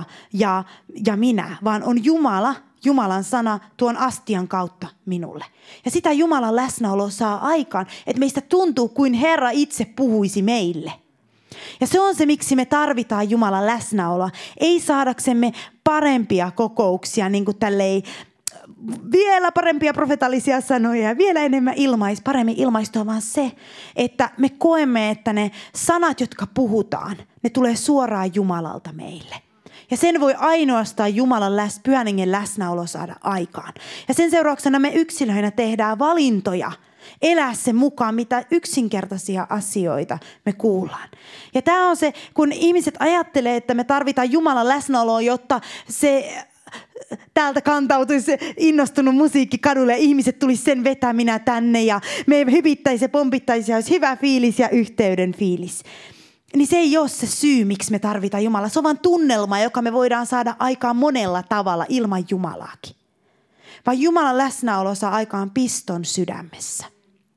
ja minä, vaan on Jumala, Jumalan sana tuon astian kautta minulle. Ja sitä Jumalan läsnäolo saa aikaan, että meistä tuntuu kuin Herra itse puhuisi meille. Ja se on se, miksi me tarvitaan Jumalan läsnäoloa. Ei saadaksemme parempia kokouksia, niin kuin tälleen vielä parempia profetallisia sanoja ja vielä enemmän paremmin ilmaistua, vaan se, että me koemme, että ne sanat, jotka puhutaan, ne tulee suoraan Jumalalta meille. Ja sen voi ainoastaan Jumalan Pyhän Hengen läsnäolo saada aikaan. Ja sen seurauksena me yksilöinä tehdään valintoja elää sen mukaan, mitä yksinkertaisia asioita me kuullaan. Ja tämä on se, kun ihmiset ajattelee, että me tarvitaan Jumalan läsnäoloa, jotta se täältä kantautuisi innostunut musiikki kadulle ja ihmiset tulisi sen vetäminä tänne ja me hyvittäisi ja pompittaisi ja olisi hyvä fiilis ja yhteyden fiilis. Niin se ei ole se syy, miksi me tarvitaan Jumalaa. Se on vain tunnelma, joka me voidaan saada aikaan monella tavalla ilman Jumalaakin. Vaan Jumalan läsnäolo saa aikaan piston sydämessä.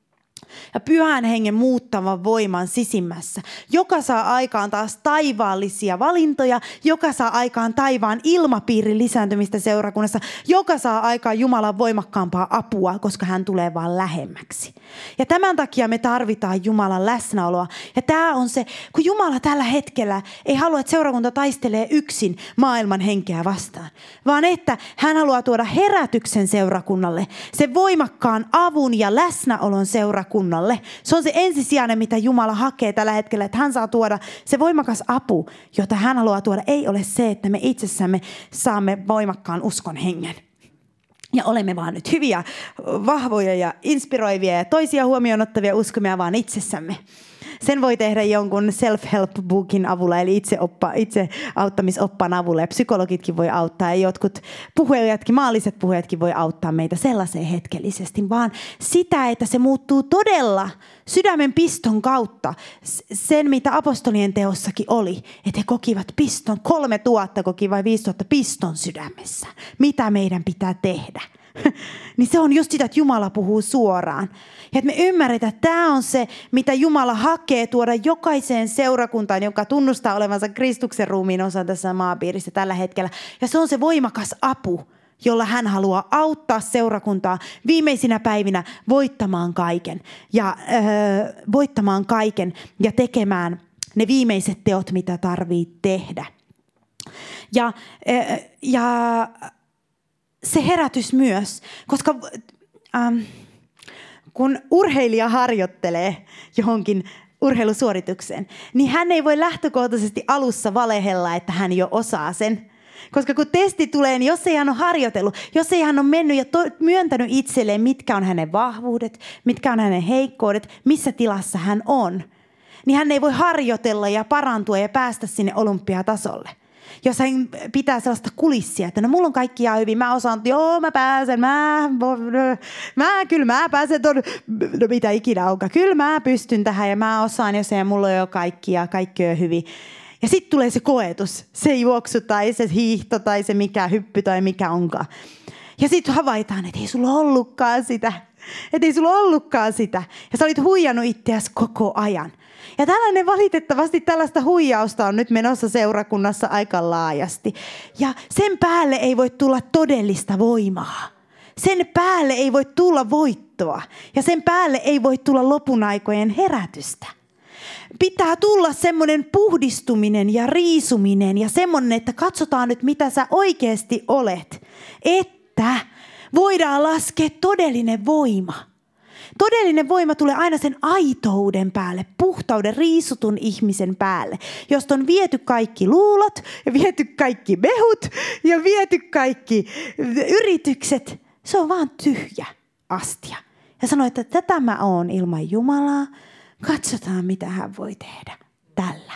Ja Pyhän Hengen muuttavan voiman sisimmässä, joka saa aikaan taas taivaallisia valintoja, joka saa aikaan taivaan ilmapiirin lisääntymistä seurakunnassa, joka saa aikaan Jumalan voimakkaampaa apua, koska hän tulee vaan lähemmäksi. Ja tämän takia me tarvitaan Jumalan läsnäoloa. Ja tämä on se, kun Jumala tällä hetkellä ei halua, että seurakunta taistelee yksin maailman henkeä vastaan, vaan että hän haluaa tuoda herätyksen seurakunnalle, sen voimakkaan avun ja läsnäolon seurakunnalle. Se on se ensisijainen, mitä Jumala hakee tällä hetkellä, että hän saa tuoda se voimakas apu, jota hän haluaa tuoda. Ei ole se, että me itsessämme saamme voimakkaan uskon hengen. Ja olemme vaan nyt hyviä, vahvoja ja inspiroivia ja toisia huomioon ottavia uskomia vaan itsessämme. Sen voi tehdä jonkun self-help-bookin avulla, eli itse auttamisoppaan avulla. Ja psykologitkin voi auttaa, ja jotkut puhujatkin, maalliset puhujatkin voi auttaa meitä sellaiseen hetkellisesti. Vaan sitä, että se muuttuu todella sydämen piston kautta. Sen, mitä apostolien teossakin oli, että he kokivat piston, 3000 koki vai 5000 piston sydämessä. Mitä meidän pitää tehdä? Niin se on just sitä, että Jumala puhuu suoraan. Ja että me ymmärretään, että tämä on se, mitä Jumala hakee tuoda jokaiseen seurakuntaan, joka tunnustaa olevansa Kristuksen ruumiin osa tässä maapiirissä tällä hetkellä. Ja se on se voimakas apu, jolla hän haluaa auttaa seurakuntaa viimeisinä päivinä voittamaan kaiken ja tekemään ne viimeiset teot, mitä tarvitsee tehdä. Ja se herätys myös, koska kun urheilija harjoittelee johonkin urheilusuoritukseen, niin hän ei voi lähtökohtaisesti alussa valehella, että hän jo osaa sen. Koska kun testi tulee, niin jos ei hän ole harjoitellut, jos ei hän ole mennyt ja myöntänyt itselleen, mitkä on hänen vahvuudet, mitkä on hänen heikkoudet, missä tilassa hän on, niin hän ei voi harjoitella ja parantua ja päästä sinne olympiatasolle. Jos hän pitää sellaista kulissia, että no mulla on kaikki ihan hyvin, mä osaan, joo mä pääsen, mä pääsen no mitä ikinä onkaan, kyllä mä pystyn tähän ja mä osaan, jos ei mulla ole jo kaikki ja kaikki on hyvin. Ja sitten tulee se koetus, se juoksu tai se hiihto tai se mikä hyppy tai mikä onkaan. Ja sitten havaitaan, että ei sulla ollutkaan sitä. Että ei sulla ollutkaan sitä. Ja sä olit huijannut itseäsi koko ajan. Ja valitettavasti tällaista huijausta on nyt menossa seurakunnassa aika laajasti. Ja sen päälle ei voi tulla todellista voimaa. Sen päälle ei voi tulla voittoa. Ja sen päälle ei voi tulla lopun aikojen herätystä. Pitää tulla semmoinen puhdistuminen ja riisuminen ja semmoinen, että katsotaan nyt mitä sä oikeasti olet. Että voidaan laskea todellinen voima. Todellinen voima tulee aina sen aitouden päälle, puhtauden, riisutun ihmisen päälle, josta on viety kaikki luulot ja viety kaikki mehut ja viety kaikki yritykset. Se on vaan tyhjä astia. Ja sanoi, että tätä mä oon ilman Jumalaa. Katsotaan, mitä hän voi tehdä tällä.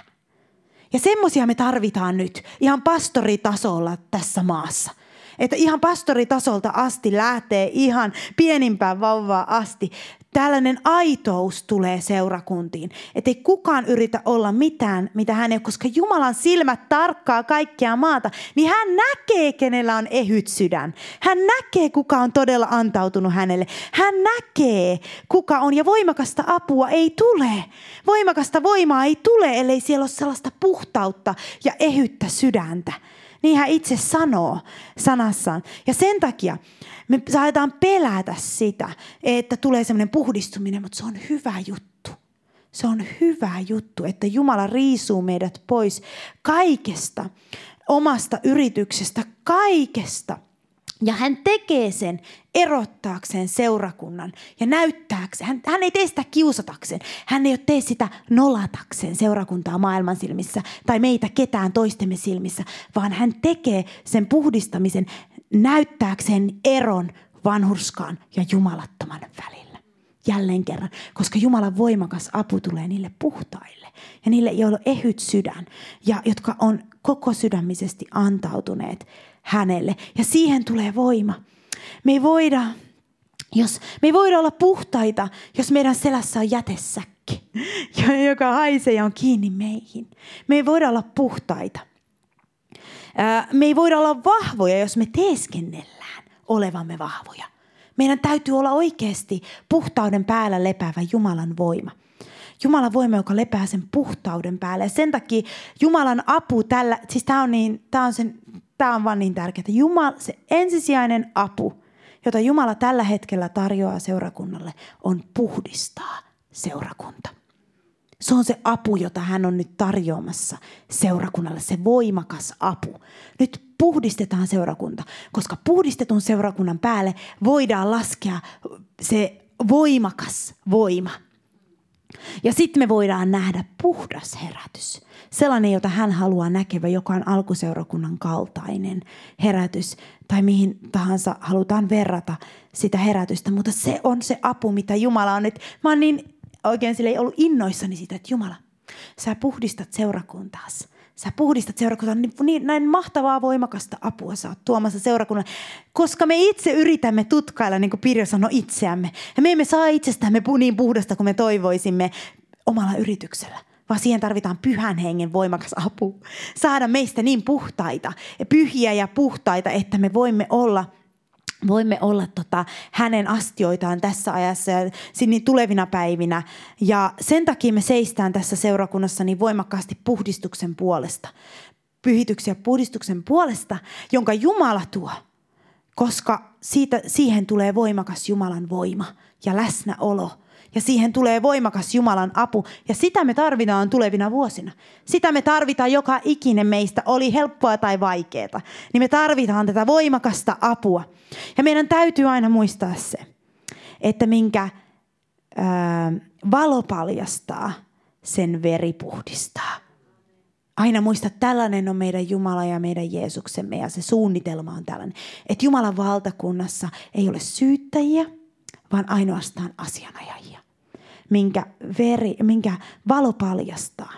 Ja semmoisia me tarvitaan nyt ihan pastoritasolla tässä maassa. Että ihan pastoritasolta asti lähtee ihan pienimpään vauvaa asti. Tällainen aitous tulee seurakuntiin. Että ei kukaan yritä olla mitään, mitä hän ei ole, koska Jumalan silmät tarkkaa kaikkea maata. Niin hän näkee, kenellä on ehyt sydän. Hän näkee, kuka on todella antautunut hänelle. Hän näkee, kuka on. Ja voimakasta apua ei tule. Voimakasta voimaa ei tule, ellei siellä ole sellaista puhtautta ja ehyttä sydäntä. Niin hän itse sanoo sanassaan. Ja sen takia me saadaan pelätä sitä, että tulee semmoinen puhdistuminen, mutta se on hyvä juttu. Se on hyvä juttu, että Jumala riisuu meidät pois kaikesta, omasta yrityksestä, kaikesta. Ja hän tekee sen erottaakseen seurakunnan ja näyttääkseen. Hän ei tee sitä kiusatakseen. Hän ei ole tee sitä nolatakseen seurakuntaa maailman silmissä tai meitä ketään toistemme silmissä, vaan hän tekee sen puhdistamisen näyttääkseen eron vanhurskaan ja jumalattoman välillä. Jälleen kerran, koska Jumalan voimakas apu tulee niille puhtaille ja niille, joilla on ehyt sydän ja jotka on koko sydämisesti antautuneet hänelle. Ja siihen tulee voima. Me ei voida olla puhtaita, jos meidän selässä on jätesäkki, joka haisee ja on kiinni meihin. Me ei voida olla puhtaita. Me ei voida olla vahvoja, jos me teeskennellään olevamme vahvoja. Meidän täytyy olla oikeasti puhtauden päällä lepäävä Jumalan voima. Jumalan voima, joka lepää sen puhtauden päällä. Ja sen takia Jumalan apu tällä, siis tämä on vaan niin tärkeää. Se ensisijainen apu, jota Jumala tällä hetkellä tarjoaa seurakunnalle, on puhdistaa seurakunta. Se on se apu, jota hän on nyt tarjoamassa seurakunnalle, se voimakas apu. Nyt puhdistetaan seurakunta, koska puhdistetun seurakunnan päälle voidaan laskea se voimakas voima. Ja sitten me voidaan nähdä puhdas herätys. Sellainen, jota hän haluaa näkevä, joka on alkuseurakunnan kaltainen herätys. Tai mihin tahansa halutaan verrata sitä herätystä. Mutta se on se apu, mitä Jumala on nyt. Mä oon niin oikein sille ollut innoissani siitä, että Jumala, sä puhdistat seurakuntaas. Sä puhdistat seurakuntaa, niin näin mahtavaa voimakasta apua sä oot tuomassa seurakunnalle. Koska me itse yritämme tutkailla, niin kuin Pirjo sanoi, itseämme. Ja me emme saa itsestämme niin puhdasta kuin me toivoisimme omalla yrityksellä. Vaan siihen tarvitaan Pyhän Hengen voimakas apu. Saada meistä niin puhtaita, pyhiä ja puhtaita, että me voimme olla hänen astioitaan tässä ajassa ja tulevina päivinä. Ja sen takia me seistään tässä seurakunnassa niin voimakkaasti puhdistuksen puolesta. Pyhityksen ja puhdistuksen puolesta, jonka Jumala tuo. Koska siihen tulee voimakas Jumalan voima ja läsnäolo. Ja siihen tulee voimakas Jumalan apu. Ja sitä me tarvitaan tulevina vuosina. Sitä me tarvitaan joka ikinen meistä, oli helppoa tai vaikeaa. Niin me tarvitaan tätä voimakasta apua. Ja meidän täytyy aina muistaa se, että minkä valo paljastaa, sen veri puhdistaa. Aina muista, että tällainen on meidän Jumala ja meidän Jeesuksemme ja se suunnitelma on tällainen. Että Jumalan valtakunnassa ei ole syyttäjiä, vaan ainoastaan asianajajia, minkä valo paljastaa.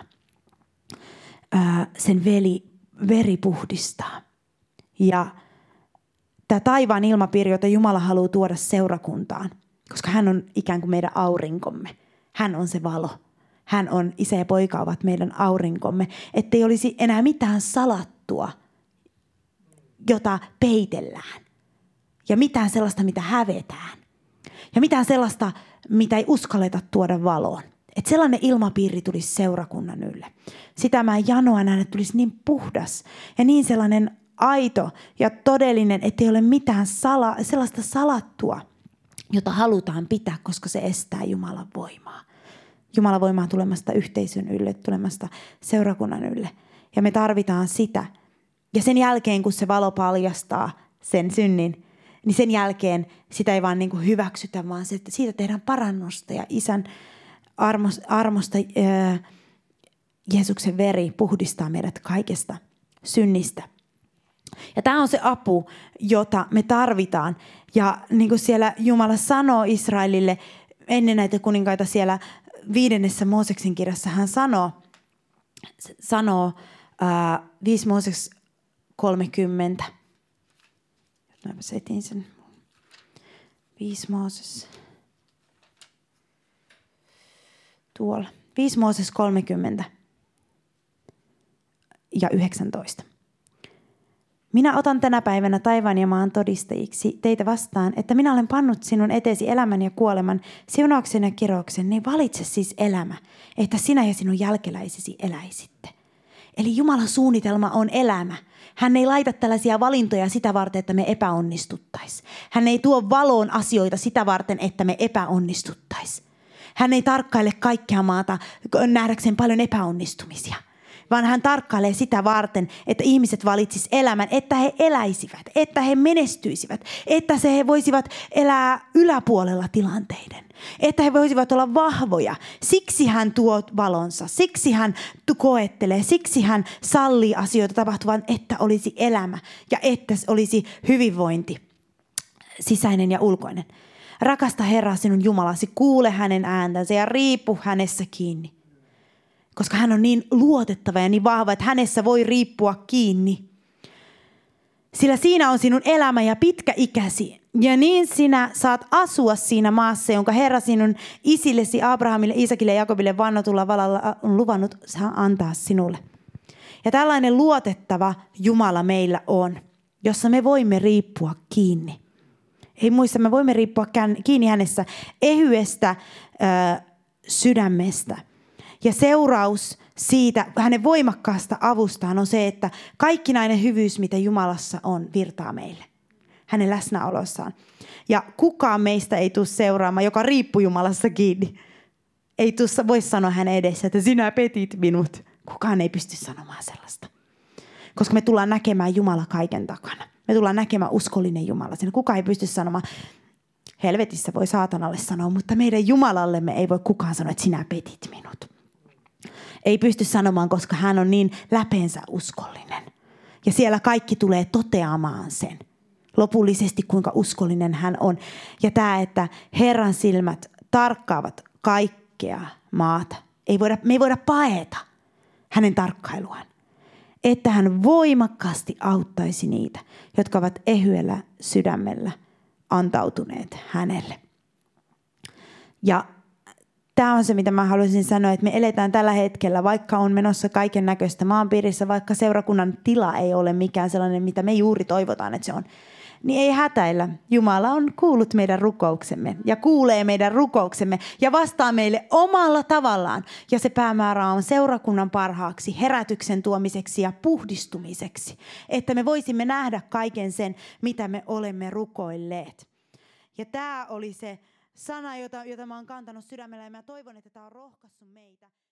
Sen veri puhdistaa. Ja tämä taivaan ilmapiiri, jota Jumala haluaa tuoda seurakuntaan, koska hän on ikään kuin meidän aurinkomme. Hän on se valo. Hän on, isä ja poika ovat meidän aurinkomme. Ettei olisi enää mitään salattua, jota peitellään. Ja mitään sellaista, mitä hävetään. Ja mitään sellaista, mitä ei uskalleta tuoda valoon. Että sellainen ilmapiiri tulisi seurakunnan ylle. Sitä mä janoan, että tulisi niin puhdas ja niin sellainen aito ja todellinen, ettei ole mitään sellaista salattua, jota halutaan pitää, koska se estää Jumalan voimaa. Jumalan voimaa tulemasta yhteisön ylle, tulemasta seurakunnan ylle. Ja me tarvitaan sitä. Ja sen jälkeen, kun se valo paljastaa sen synnin, niin sen jälkeen sitä ei vaan niin kuin hyväksytä, vaan siitä tehdään parannusta ja Isän armosta Jeesuksen veri puhdistaa meidät kaikesta synnistä. Ja tämä on se apu, jota me tarvitaan. Ja niin kuin siellä Jumala sanoo Israelille ennen näitä kuninkaita siellä 5. Mooseksen kirjassa, hän sanoo 5 Mooses 30. Mä etin sen. 5 Mooses. Tuolla. 5 Mooses 30 ja 19. Minä otan tänä päivänä taivaan ja maan todistajiksi teitä vastaan, että minä olen pannut sinun eteesi elämän ja kuoleman, siunauksen ja kirouksen, niin valitse siis elämä, että sinä ja sinun jälkeläisesi eläisitte. Eli Jumalan suunnitelma on elämä. Hän ei laita tällaisia valintoja sitä varten, että me epäonnistuttaisiin. Hän ei tuo valoon asioita sitä varten, että me epäonnistuttaisiin. Hän ei tarkkaile kaikkea maata nähdäkseen paljon epäonnistumisia, vaan hän tarkkailee sitä varten, että ihmiset valitsis elämän, että he eläisivät, että he menestyisivät, että he voisivat elää yläpuolella tilanteiden, että he voisivat olla vahvoja. Siksi hän tuo valonsa, siksi hän koettelee, siksi hän sallii asioita tapahtuvan, että olisi elämä ja että olisi hyvinvointi, sisäinen ja ulkoinen. Rakasta Herraa sinun Jumalasi, kuule hänen ääntänsä ja riipu hänessä kiinni. Koska hän on niin luotettava ja niin vahva, että hänessä voi riippua kiinni. Sillä siinä on sinun elämä ja pitkä ikäsi. Ja niin sinä saat asua siinä maassa, jonka Herra sinun isillesi Abrahamille, Iisakille ja Jakobille vannotulla valalla on luvannut antaa sinulle. Ja tällainen luotettava Jumala meillä on, jossa me voimme riippua kiinni. Ei muista, me voimme riippua kiinni hänessä ehyestä sydämestä. Ja seuraus siitä hänen voimakkaasta avustaan on se, että kaikkinainen hyvyys, mitä Jumalassa on, virtaa meille. Hänen läsnäolossaan. Ja kukaan meistä ei tule seuraamaan, joka riippuu Jumalassa kiinni. Ei voi sanoa hänen edessä, että sinä petit minut. Kukaan ei pysty sanomaan sellaista. Koska me tullaan näkemään Jumala kaiken takana. Me tullaan näkemään uskollinen Jumala. Siinä kukaan ei pysty sanomaan, helvetissä voi saatanalle sanoa, mutta meidän Jumalallemme ei voi kukaan sanoa, että sinä petit minut. Ei pysty sanomaan, koska hän on niin läpeensä uskollinen. Ja siellä kaikki tulee toteamaan sen. Lopullisesti, kuinka uskollinen hän on. Ja tämä, että Herran silmät tarkkaavat kaikkea maata. Me ei voida paeta hänen tarkkailuaan. Että hän voimakkaasti auttaisi niitä, jotka ovat ehyellä sydämellä antautuneet hänelle. Ja tämä on se, mitä mä haluaisin sanoa, että me eletään tällä hetkellä, vaikka on menossa kaiken näköistä maanpiirissä, vaikka seurakunnan tila ei ole mikään sellainen, mitä me juuri toivotaan, että se on, niin ei hätäillä. Jumala on kuullut meidän rukouksemme ja kuulee meidän rukouksemme ja vastaa meille omalla tavallaan. Ja se päämäärä on seurakunnan parhaaksi, herätyksen tuomiseksi ja puhdistumiseksi, että me voisimme nähdä kaiken sen, mitä me olemme rukoilleet. Ja tämä oli se sana, jota mä oon kantanut sydämellä ja mä toivon, että tämä on rohkaissut meitä.